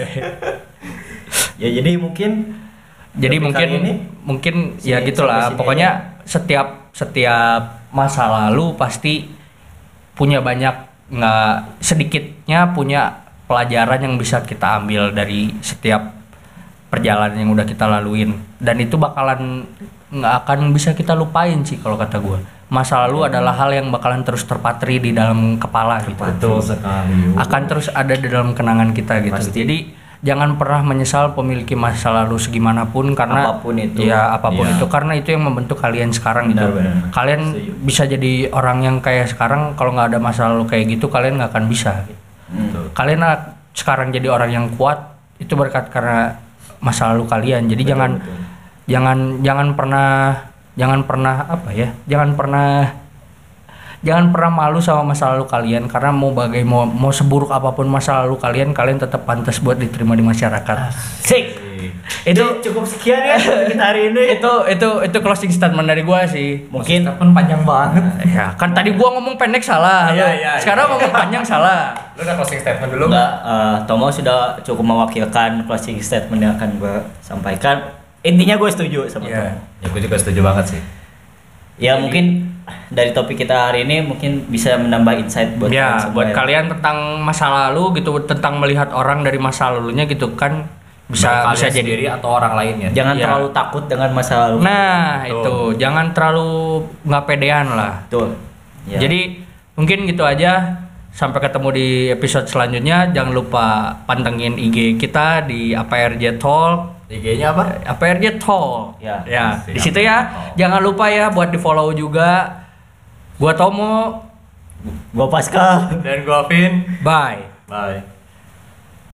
C: Ya jadi mungkin
A: Jadi
C: topik
A: mungkin
C: kali ini
A: mungkin
C: sini-
A: ya gitulah.
C: sampai sini
A: Pokoknya setiap setiap masa lalu pasti punya banyak nggak sedikitnya punya pelajaran yang bisa kita ambil dari setiap perjalanan yang udah kita laluin, dan itu bakalan nggak akan bisa kita lupain sih kalau kata gue. Masa lalu adalah hal yang bakalan terus terpatri di dalam kepala gitu.
B: Betul sekali.
A: Akan terus ada di dalam kenangan kita gitu.
C: Pasti.
A: Jadi jangan pernah menyesal memiliki masa lalu segimanapun karena
C: Apapun itu.
A: ya apapun
B: Iya.
A: itu karena itu yang membentuk kalian sekarang gitu.
C: Benar, benar.
A: Kalian
C: Setuju.
A: bisa jadi orang yang kayak sekarang kalau nggak ada masa lalu kayak gitu kalian nggak akan bisa. Gitu.
C: Hmm.
A: Kalian a- sekarang jadi orang yang kuat itu berkat karena masa lalu kalian. Jadi
C: Betul,
A: jangan
C: betul.
A: jangan jangan pernah jangan pernah apa ya? Jangan pernah jangan pernah malu sama masa lalu kalian karena mau bagai mau, mau seburuk apapun masa lalu kalian kalian tetap pantas buat diterima di masyarakat.
C: Sik. Itu cukup sekian ya kita hari ini.
A: itu itu itu closing statement dari gua sih.
C: Mungkin
B: Pun panjang banget.
A: Ya, kan tadi gua ngomong pendek salah.
B: Iya,
A: Lu
B: iya,
A: Sekarang
B: iya.
A: ngomong panjang salah.
B: Lu udah closing statement dulu
C: enggak, eh, Tomo sudah cukup mewakilkan closing statement yang akan gue sampaikan. Intinya gue setuju sama
A: Iya.
C: Tomo.
B: Ya gue juga setuju banget sih.
C: Ya mungkin dari topik kita hari ini mungkin bisa menambah insight buat
A: Ya,
C: kalian semua
A: buat
C: ya.
A: kalian tentang masa lalu gitu, tentang melihat orang dari masa lalunya gitu kan bisa
B: Baik
A: bisa
B: kalian
A: jadi.
B: sendiri atau orang lainnya.
C: Jangan
A: Iya.
C: terlalu takut dengan masa lalu.
A: Nah,
B: Betul.
A: itu jangan terlalu nggak pedean lah.
C: Betul. Ya.
A: Jadi mungkin gitu aja. Sampai ketemu di episode selanjutnya. Jangan lupa pantengin I G kita di A P R J Talk.
B: I G-nya apa?
A: A P R J Talk.
C: Ya.
A: Ya,
B: Siap.
A: di situ ya. Jangan lupa ya buat di-follow juga. Gua Tomo.
C: Gua Pascal.
B: Dan gue Vin.
A: Bye.
B: Bye.